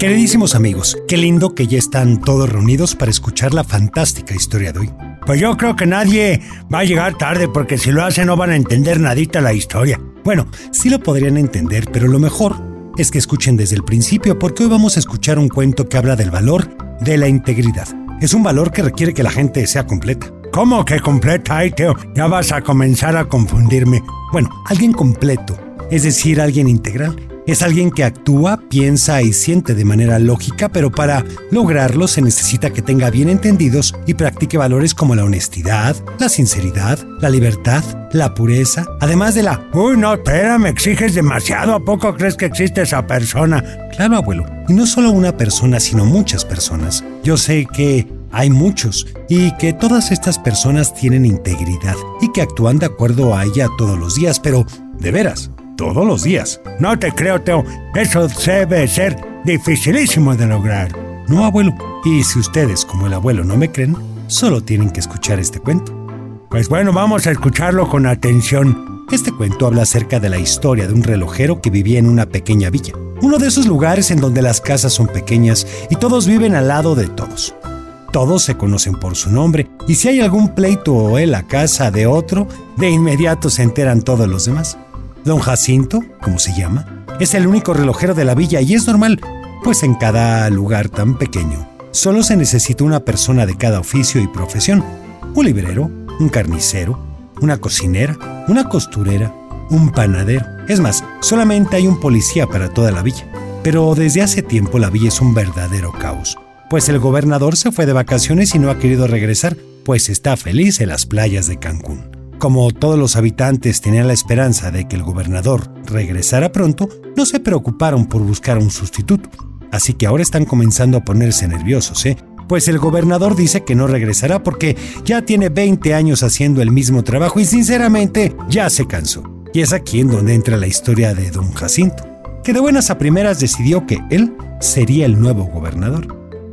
Queridísimos amigos, qué lindo que ya están todos reunidos para escuchar la fantástica historia de hoy. Pues yo creo que nadie va a llegar tarde, porque si lo hacen no van a entender nadita la historia. Bueno, sí lo podrían entender, pero lo mejor es que escuchen desde el principio, porque hoy vamos a escuchar un cuento que habla del valor de la integridad. Es un valor que requiere que la gente sea completa. ¿Cómo que completa? Ay, Teo, ya vas a comenzar a confundirme. Bueno, alguien completo, es decir, alguien integral. Es alguien que actúa, piensa y siente de manera lógica, pero para lograrlo se necesita que tenga bien entendidos y practique valores como la honestidad, la sinceridad, la libertad, la pureza, además de la... Uy, no, espérame, exiges demasiado. ¿A poco crees que existe esa persona? Claro, abuelo. Y no solo una persona, sino muchas personas. Yo sé que hay muchos y que todas estas personas tienen integridad y que actúan de acuerdo a ella todos los días, pero de veras, todos los días. No te creo, Teo. Eso debe ser dificilísimo de lograr. No, abuelo. Y si ustedes, como el abuelo, no me creen, solo tienen que escuchar este cuento. Pues bueno, vamos a escucharlo con atención. Este cuento habla acerca de la historia de un relojero que vivía en una pequeña villa. Uno de esos lugares en donde las casas son pequeñas y todos viven al lado de todos. Todos se conocen por su nombre y si hay algún pleito en la casa de otro, de inmediato se enteran todos los demás. Don Jacinto, como se llama, es el único relojero de la villa y es normal, pues en cada lugar tan pequeño solo se necesita una persona de cada oficio y profesión. Un librero, un carnicero, una cocinera, una costurera, un panadero. Es más, solamente hay un policía para toda la villa. Pero desde hace tiempo la villa es un verdadero caos, pues el gobernador se fue de vacaciones y no ha querido regresar, pues está feliz en las playas de Cancún. Como todos los habitantes tenían la esperanza de que el gobernador regresara pronto, no se preocuparon por buscar un sustituto. Así que ahora están comenzando a ponerse nerviosos, pues el gobernador dice que no regresará porque ya tiene 20 años haciendo el mismo trabajo y sinceramente ya se cansó. Y es aquí en donde entra la historia de don Jacinto, que de buenas a primeras decidió que él sería el nuevo gobernador.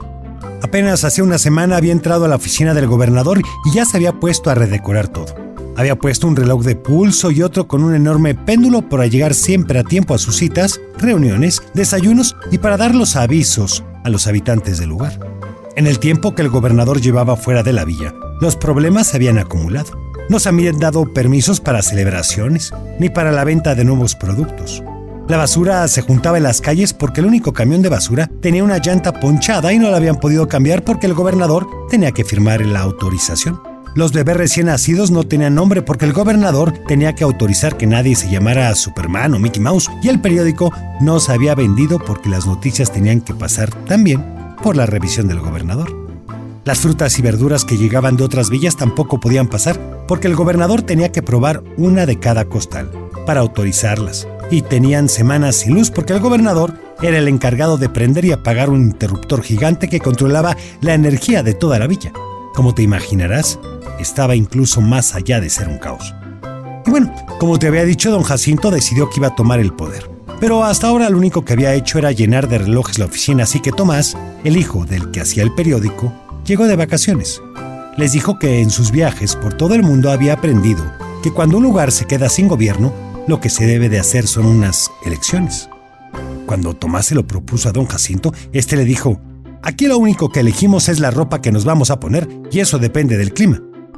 Apenas hace una semana había entrado a la oficina del gobernador y ya se había puesto a redecorar todo. Había puesto un reloj de pulso y otro con un enorme péndulo para llegar siempre a tiempo a sus citas, reuniones, desayunos y para dar los avisos a los habitantes del lugar. En el tiempo que el gobernador llevaba fuera de la villa, los problemas se habían acumulado. No se habían dado permisos para celebraciones, ni para la venta de nuevos productos. La basura se juntaba en las calles porque el único camión de basura tenía una llanta ponchada y no la habían podido cambiar porque el gobernador tenía que firmar la autorización. Los bebés recién nacidos no tenían nombre porque el gobernador tenía que autorizar que nadie se llamara Superman o Mickey Mouse y el periódico no se había vendido porque las noticias tenían que pasar también por la revisión del gobernador. Las frutas y verduras que llegaban de otras villas tampoco podían pasar porque el gobernador tenía que probar una de cada costal para autorizarlas y tenían semanas sin luz porque el gobernador era el encargado de prender y apagar un interruptor gigante que controlaba la energía de toda la villa. Como te imaginarás, estaba incluso más allá de ser un caos. Y bueno, como te había dicho, don Jacinto decidió que iba a tomar el poder. Pero hasta ahora lo único que había hecho era llenar de relojes la oficina, así que Tomás, el hijo del que hacía el periódico, llegó de vacaciones. Les dijo que en sus viajes por todo el mundo había aprendido que cuando un lugar se queda sin gobierno, lo que se debe de hacer son unas elecciones. Cuando Tomás se lo propuso a don Jacinto, este le dijo: «Aquí lo único que elegimos es la ropa que nos vamos a poner y eso depende del clima».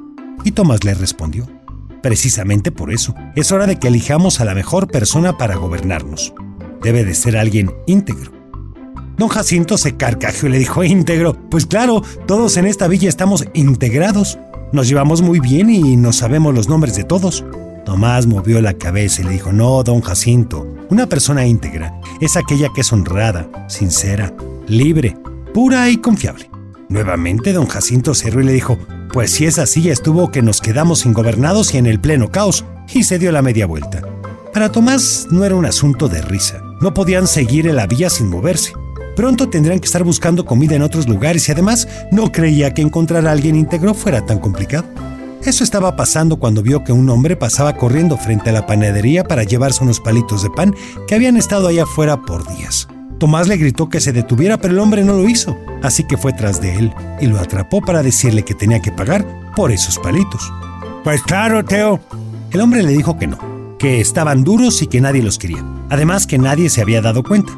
Y Tomás le respondió: «Precisamente por eso, es hora de que elijamos a la mejor persona para gobernarnos. Debe de ser alguien íntegro». Don Jacinto se carcajeó y le dijo: «¿Íntegro? Pues claro, todos en esta villa estamos integrados. Nos llevamos muy bien y nos sabemos los nombres de todos». Tomás movió la cabeza y le dijo: «No, don Jacinto, una persona íntegra es aquella que es honrada, sincera, libre, pura y confiable». Nuevamente don Jacinto se rió y le dijo: «Pues si es así, ya estuvo que nos quedamos ingobernados y en el pleno caos», y se dio la media vuelta. Para Tomás no era un asunto de risa. No podían seguir en la villa sin moverse. Pronto tendrían que estar buscando comida en otros lugares y además no creía que encontrar a alguien íntegro fuera tan complicado. Eso estaba pasando cuando vio que un hombre pasaba corriendo frente a la panadería para llevarse unos palitos de pan que habían estado allá afuera por días. Tomás le gritó que se detuviera, pero el hombre no lo hizo, así que fue tras de él y lo atrapó para decirle que tenía que pagar por esos palitos. «Pues claro, Teo». El hombre le dijo que no, que estaban duros y que nadie los quería, además que nadie se había dado cuenta.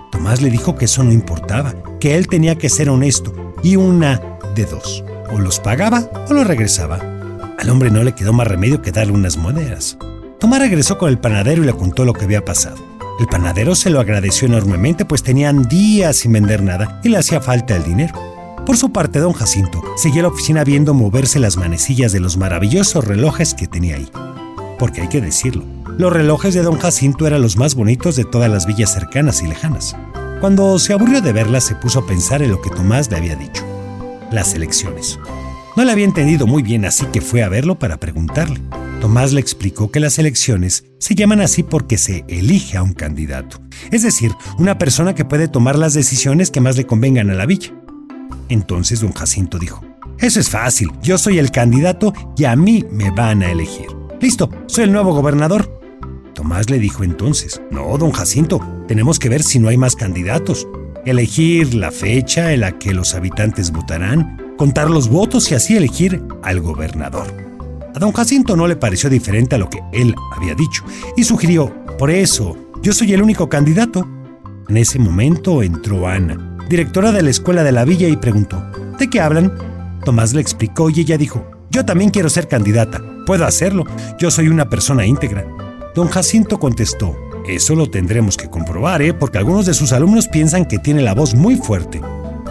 Tomás le dijo que eso no importaba, que él tenía que ser honesto, y una de dos: o los pagaba o los regresaba. Al hombre no le quedó más remedio que darle unas monedas. Tomás regresó con el panadero y le contó lo que había pasado. El panadero se lo agradeció enormemente, pues tenían días sin vender nada y le hacía falta el dinero. Por su parte, don Jacinto seguía a la oficina viendo moverse las manecillas de los maravillosos relojes que tenía ahí. Porque hay que decirlo, los relojes de don Jacinto eran los más bonitos de todas las villas cercanas y lejanas. Cuando se aburrió de verlas, se puso a pensar en lo que Tomás le había dicho: las elecciones. No le había entendido muy bien, así que fue a verlo para preguntarle. Tomás le explicó que las elecciones se llaman así porque se elige a un candidato, es decir, una persona que puede tomar las decisiones que más le convengan a la villa. Entonces don Jacinto dijo: eso es fácil, yo soy el candidato y a mí me van a elegir. Listo, soy el nuevo gobernador. Tomás le dijo entonces: no, don Jacinto, tenemos que ver si no hay más candidatos, elegir la fecha en la que los habitantes votarán, contar los votos y así elegir al gobernador. A don Jacinto no le pareció diferente a lo que él había dicho y sugirió: por eso, yo soy el único candidato. En ese momento entró Ana, directora de la escuela de la villa, y preguntó: ¿de qué hablan? Tomás le explicó y ella dijo: yo también quiero ser candidata, puedo hacerlo, yo soy una persona íntegra. Don Jacinto contestó: eso lo tendremos que comprobar, porque algunos de sus alumnos piensan que tiene la voz muy fuerte.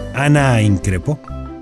Ana increpó: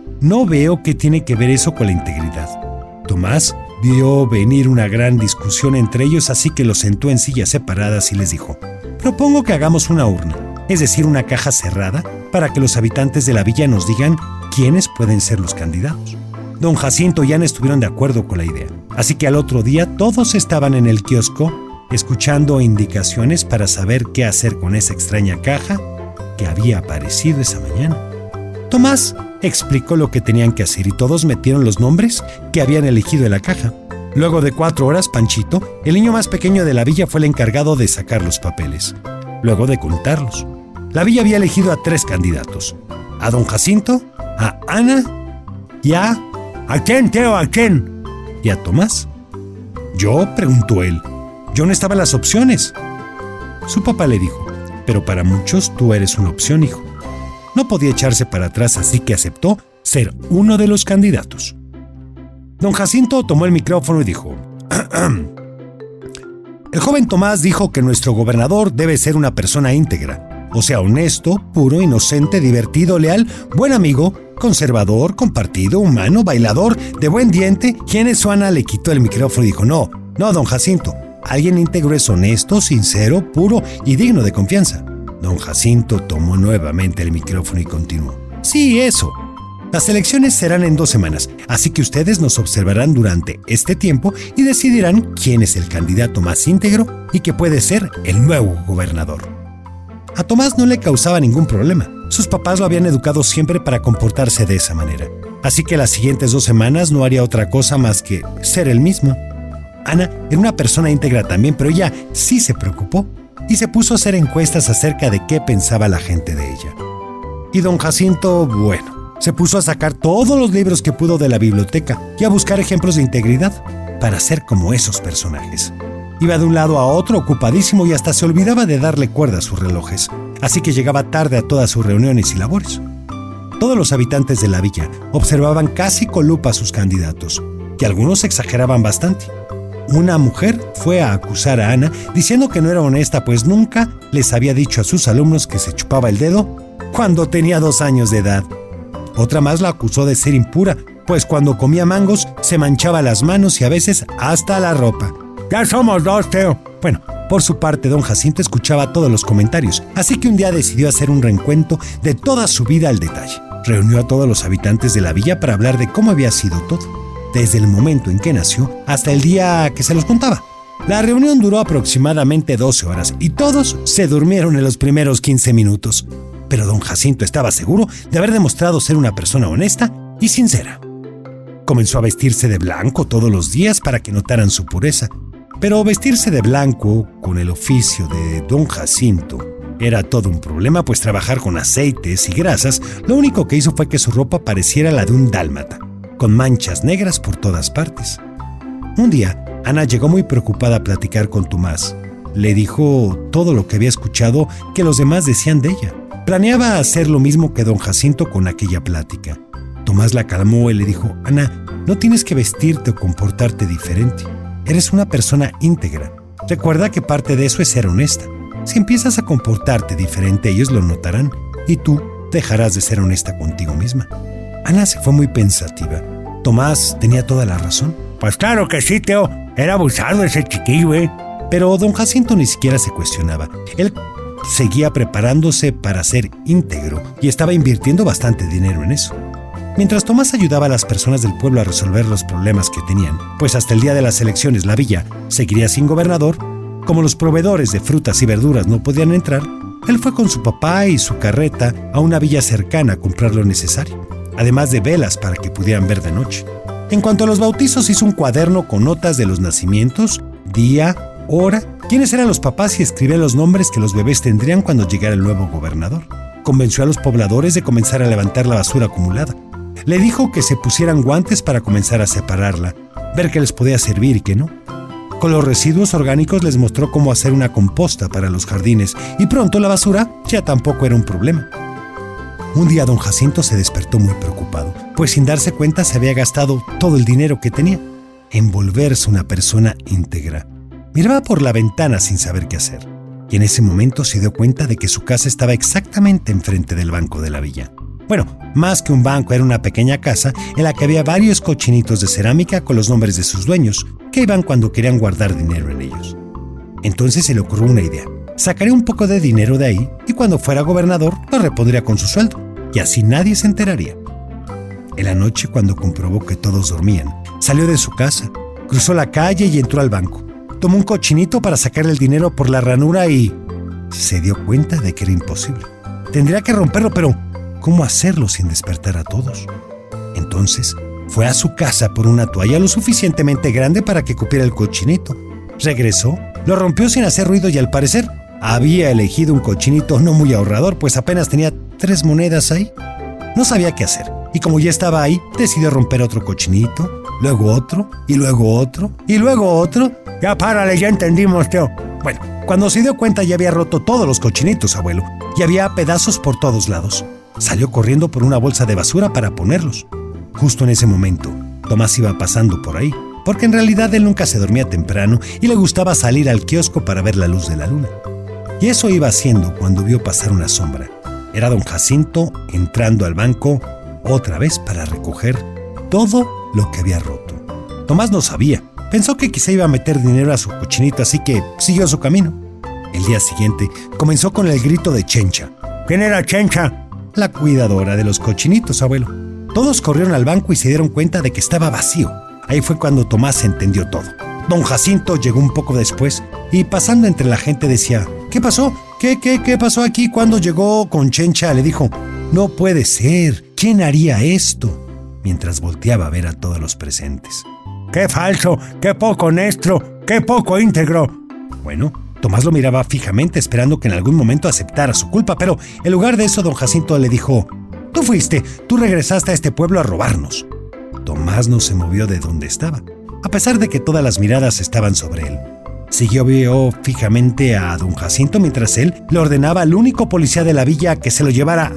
no veo qué tiene que ver eso con la integridad. Tomás vio venir una gran discusión entre ellos, así que los sentó en sillas separadas y les dijo: propongo que hagamos una urna, es decir, una caja cerrada, para que los habitantes de la villa nos digan quiénes pueden ser los candidatos. Don Jacinto y Ana estuvieron de acuerdo con la idea, así que al otro día todos estaban en el kiosco escuchando indicaciones para saber qué hacer con esa extraña caja que había aparecido esa mañana. Tomás explicó lo que tenían que hacer y todos metieron los nombres que habían elegido en la caja. Luego de 4 horas, Panchito, el niño más pequeño de la villa, fue el encargado de sacar los papeles. Luego de contarlos, la villa había elegido a 3 candidatos: a don Jacinto, a Ana y ¿a quién, Teo? ¿A quién? ¿Y a Tomás? ¿Yo?, preguntó él. Yo no estaba en las opciones. Su papá le dijo: pero para muchos tú eres una opción, hijo. No podía echarse para atrás, así que aceptó ser uno de los candidatos. Don Jacinto tomó el micrófono y dijo: el joven Tomás dijo que nuestro gobernador debe ser una persona íntegra, o sea, honesto, puro, inocente, divertido, leal, buen amigo, conservador, compartido, humano, bailador, de buen diente. Y en eso Ana le quitó el micrófono y dijo: no, don Jacinto, alguien íntegro es honesto, sincero, puro y digno de confianza. Don Jacinto tomó nuevamente el micrófono y continuó: sí, eso. Las elecciones serán en 2 semanas, así que ustedes nos observarán durante este tiempo y decidirán quién es el candidato más íntegro y que puede ser el nuevo gobernador. A Tomás no le causaba ningún problema. Sus papás lo habían educado siempre para comportarse de esa manera, así que las siguientes 2 semanas no haría otra cosa más que ser el mismo. Ana era una persona íntegra también, pero ella sí se preocupó y se puso a hacer encuestas acerca de qué pensaba la gente de ella. Y don Jacinto, bueno, se puso a sacar todos los libros que pudo de la biblioteca y a buscar ejemplos de integridad para ser como esos personajes. Iba de un lado a otro ocupadísimo y hasta se olvidaba de darle cuerda a sus relojes, así que llegaba tarde a todas sus reuniones y labores. Todos los habitantes de la villa observaban casi con lupa a sus candidatos, y algunos exageraban bastante. Una mujer fue a acusar a Ana diciendo que no era honesta, pues nunca les había dicho a sus alumnos que se chupaba el dedo cuando tenía 2 años de edad. Otra más la acusó de ser impura, pues cuando comía mangos se manchaba las manos y a veces hasta la ropa. Ya somos 2, Teo. Bueno, por su parte, don Jacinto escuchaba todos los comentarios, así que un día decidió hacer un recuento de toda su vida al detalle. Reunió a todos los habitantes de la villa para hablar de cómo había sido todo, desde el momento en que nació hasta el día que se los contaba. La reunión duró aproximadamente 12 horas y todos se durmieron en los primeros 15 minutos. Pero don Jacinto estaba seguro de haber demostrado ser una persona honesta y sincera. Comenzó a vestirse de blanco todos los días para que notaran su pureza. Pero vestirse de blanco con el oficio de don Jacinto era todo un problema, pues trabajar con aceites y grasas lo único que hizo fue que su ropa pareciera la de un dálmata, con manchas negras por todas partes. Un día, Ana llegó muy preocupada a platicar con Tomás. Le dijo todo lo que había escuchado que los demás decían de ella. Planeaba hacer lo mismo que don Jacinto con aquella plática. Tomás la calmó y le dijo: Ana, no tienes que vestirte o comportarte diferente. Eres una persona íntegra. Recuerda que parte de eso es ser honesta. Si empiezas a comportarte diferente, ellos lo notarán y tú dejarás de ser honesta contigo misma. Ana se fue muy pensativa. Tomás tenía toda la razón. Pues claro que sí, Teo. Era abusado ese chiquillo, Pero don Jacinto ni siquiera se cuestionaba. Él seguía preparándose para ser íntegro y estaba invirtiendo bastante dinero en eso. Mientras Tomás ayudaba a las personas del pueblo a resolver los problemas que tenían, pues hasta el día de las elecciones la villa seguiría sin gobernador, como los proveedores de frutas y verduras no podían entrar, él fue con su papá y su carreta a una villa cercana a comprar lo necesario, además de velas para que pudieran ver de noche. En cuanto a los bautizos, hizo un cuaderno con notas de los nacimientos, día, hora, quiénes eran los papás y escribía los nombres que los bebés tendrían cuando llegara el nuevo gobernador. Convenció a los pobladores de comenzar a levantar la basura acumulada. Le dijo que se pusieran guantes para comenzar a separarla, ver qué les podía servir y qué no. Con los residuos orgánicos les mostró cómo hacer una composta para los jardines y pronto la basura ya tampoco era un problema. Un día don Jacinto se despertó muy preocupado, pues sin darse cuenta se había gastado todo el dinero que tenía en volverse una persona íntegra. Miraba por la ventana sin saber qué hacer, y en ese momento se dio cuenta de que su casa estaba exactamente enfrente del banco de la villa. Bueno, más que un banco, era una pequeña casa en la que había varios cochinitos de cerámica con los nombres de sus dueños, que iban cuando querían guardar dinero en ellos. Entonces se le ocurrió una idea. Sacaría un poco de dinero de ahí y cuando fuera gobernador lo repondría con su sueldo, y así nadie se enteraría. En la noche, cuando comprobó que todos dormían, salió de su casa, cruzó la calle y entró al banco. Tomó un cochinito para sacar el dinero por la ranura y se dio cuenta de que era imposible. Tendría que romperlo, pero ¿cómo hacerlo sin despertar a todos? Entonces fue a su casa por una toalla lo suficientemente grande para que cupiera el cochinito. Regresó, lo rompió sin hacer ruido y al parecer había elegido un cochinito no muy ahorrador, pues apenas tenía 3 monedas ahí. No sabía qué hacer y como ya estaba ahí, decidió romper otro cochinito, luego otro y luego otro y luego otro. Ya párale, ya entendimos, Teo. Bueno, cuando se dio cuenta ya había roto todos los cochinitos, abuelo, y había pedazos por todos lados. Salió corriendo por una bolsa de basura para ponerlos. Justo en ese momento, Tomás iba pasando por ahí, porque en realidad él nunca se dormía temprano y le gustaba salir al kiosco para ver la luz de la luna. Y eso iba haciendo cuando vio pasar una sombra. Era don Jacinto entrando al banco otra vez para recoger todo lo que había roto. Tomás no sabía. Pensó que quizá iba a meter dinero a su cochinito, así que siguió su camino. El día siguiente comenzó con el grito de Chencha. ¿Quién era Chencha? La cuidadora de los cochinitos, abuelo. Todos corrieron al banco y se dieron cuenta de que estaba vacío. Ahí fue cuando Tomás entendió todo. Don Jacinto llegó un poco después y pasando entre la gente decía: ¿Qué pasó? ¿Qué pasó aquí? Cuando llegó con Chencha le dijo: no puede ser, ¿quién haría esto? Mientras volteaba a ver a todos los presentes. ¡Qué falso! ¡Qué poco honesto! ¡Qué poco íntegro! Bueno, Tomás lo miraba fijamente esperando que en algún momento aceptara su culpa, pero en lugar de eso don Jacinto le dijo: tú regresaste a este pueblo a robarnos. Tomás no se movió de donde estaba, a pesar de que todas las miradas estaban sobre él. Vio fijamente a don Jacinto mientras él le ordenaba al único policía de la villa que se lo llevara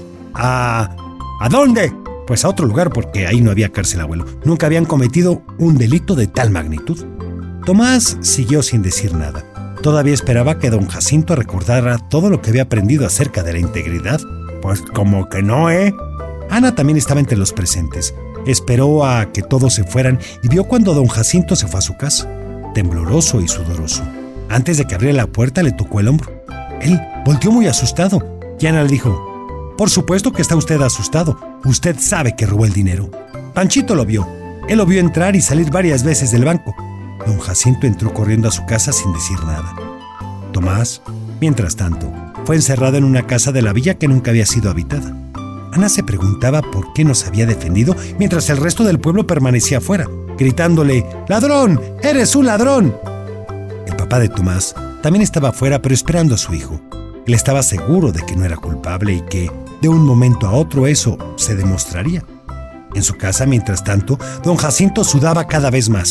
¿A dónde? Pues a otro lugar, porque ahí no había cárcel, abuelo. Nunca habían cometido un delito de tal magnitud. Tomás siguió sin decir nada. Todavía esperaba que don Jacinto recordara todo lo que había aprendido acerca de la integridad. Pues como que no, Ana también estaba entre los presentes. Esperó a que todos se fueran y vio cuando don Jacinto se fue a su casa, tembloroso y sudoroso. Antes de que abriera la puerta le tocó el hombro. Él volteó muy asustado y Ana le dijo: por supuesto que está usted asustado. Usted sabe que robó el dinero. Panchito lo vio. Él lo vio entrar y salir varias veces del banco. Don Jacinto entró corriendo a su casa sin decir nada. Tomás, mientras tanto, fue encerrado en una casa de la villa que nunca había sido habitada. Ana se preguntaba por qué no se había defendido mientras el resto del pueblo permanecía afuera, gritándole: ¡Ladrón! ¡Eres un ladrón! El papá de Tomás también estaba afuera, pero esperando a su hijo. Él estaba seguro de que no era culpable y que, de un momento a otro, eso se demostraría. En su casa, mientras tanto, don Jacinto sudaba cada vez más.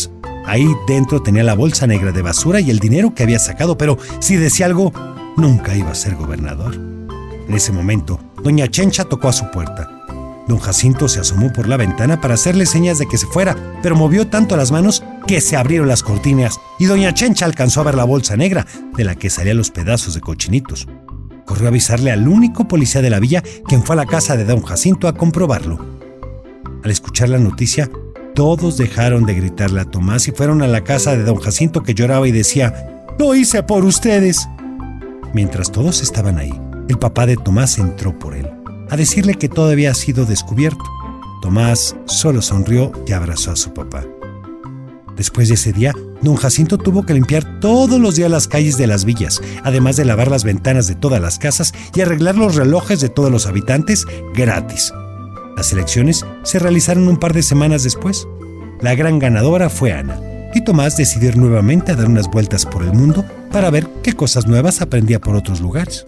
Ahí dentro tenía la bolsa negra de basura y el dinero que había sacado, pero si decía algo, nunca iba a ser gobernador. En ese momento, doña Chencha tocó a su puerta. Don Jacinto se asomó por la ventana para hacerle señas de que se fuera, pero movió tanto las manos que se abrieron las cortinas y doña Chencha alcanzó a ver la bolsa negra de la que salían los pedazos de cochinitos. Corrió a avisarle al único policía de la villa, quien fue a la casa de don Jacinto a comprobarlo. Al escuchar la noticia, todos dejaron de gritarle a Tomás y fueron a la casa de don Jacinto, que lloraba y decía: «Lo hice por ustedes». Mientras todos estaban ahí, el papá de Tomás entró por él, a decirle que todo había sido descubierto. Tomás solo sonrió y abrazó a su papá. Después de ese día, don Jacinto tuvo que limpiar todos los días las calles de las villas, además de lavar las ventanas de todas las casas y arreglar los relojes de todos los habitantes gratis. Las elecciones se realizaron un par de semanas después. La gran ganadora fue Ana, y Tomás decidió ir nuevamente a dar unas vueltas por el mundo para ver qué cosas nuevas aprendía por otros lugares.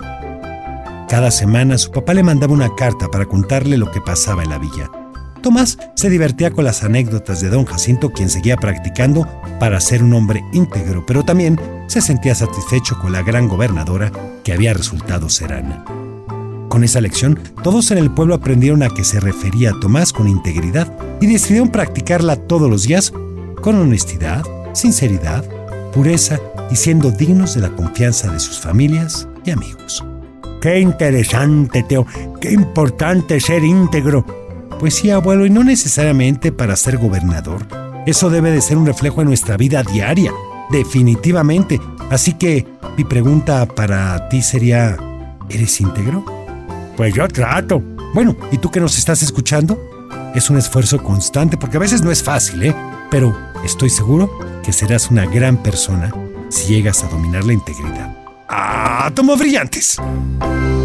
Cada semana su papá le mandaba una carta para contarle lo que pasaba en la villa. Tomás se divertía con las anécdotas de don Jacinto, quien seguía practicando para ser un hombre íntegro, pero también se sentía satisfecho con la gran gobernadora que había resultado ser Ana. Con esa lección, todos en el pueblo aprendieron a que se refería a Tomás con integridad y decidieron practicarla todos los días con honestidad, sinceridad, pureza y siendo dignos de la confianza de sus familias y amigos. ¡Qué interesante, Teo! ¡Qué importante ser íntegro! Pues sí, abuelo, y no necesariamente para ser gobernador. Eso debe de ser un reflejo en nuestra vida diaria, definitivamente. Así que mi pregunta para ti sería: ¿eres íntegro? Pues yo trato. Bueno, ¿y tú que nos estás escuchando? Es un esfuerzo constante porque a veces no es fácil, pero estoy seguro que serás una gran persona si llegas a dominar la integridad. ¡Átomos brillantes!